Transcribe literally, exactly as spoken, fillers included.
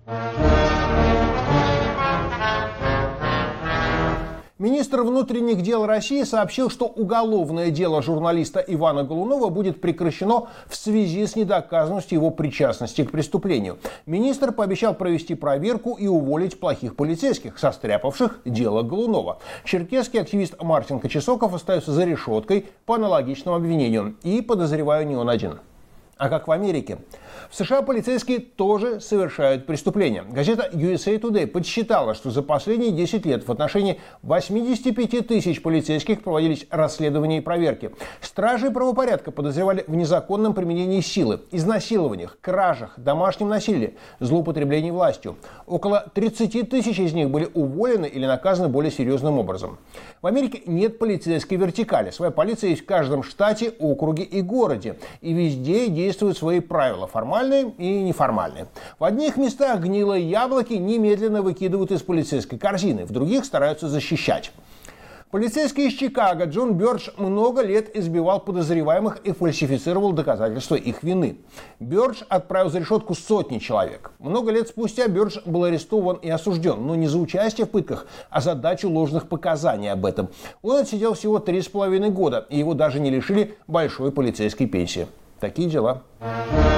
Министр внутренних дел России сообщил, что уголовное дело журналиста Ивана Голунова будет прекращено в связи с недоказанностью его причастности к преступлению. Министр пообещал провести проверку и уволить плохих полицейских, состряпавших дело Голунова. Черкесский активист Мартин Кочесоков остается за решеткой по аналогичному обвинению. И, подозреваю, не он один. А как в Америке? В США полицейские тоже совершают преступления. Газета ю эс эй Today подсчитала, что за последние десять лет в отношении восьмидесяти пяти тысяч полицейских проводились расследования и проверки. Стражи правопорядка подозревали в незаконном применении силы, изнасилованиях, кражах, домашнем насилии, злоупотреблении властью. Около тридцати тысяч из них были уволены или наказаны более серьезным образом. В Америке нет полицейской вертикали. Своя полиция есть в каждом штате, округе и городе. И везде действуют свои правила, формальные и неформальные. В одних местах гнилые яблоки немедленно выкидывают из полицейской корзины, в других стараются защищать. Полицейский из Чикаго Джон Бёрдж много лет избивал подозреваемых и фальсифицировал доказательства их вины. Бёрдж отправил за решетку сотни человек. Много лет спустя Бёрдж был арестован и осужден, но не за участие в пытках, а за дачу ложных показаний об этом. Он отсидел всего три с половиной года, и его даже не лишили большой полицейской пенсии. Такие дела.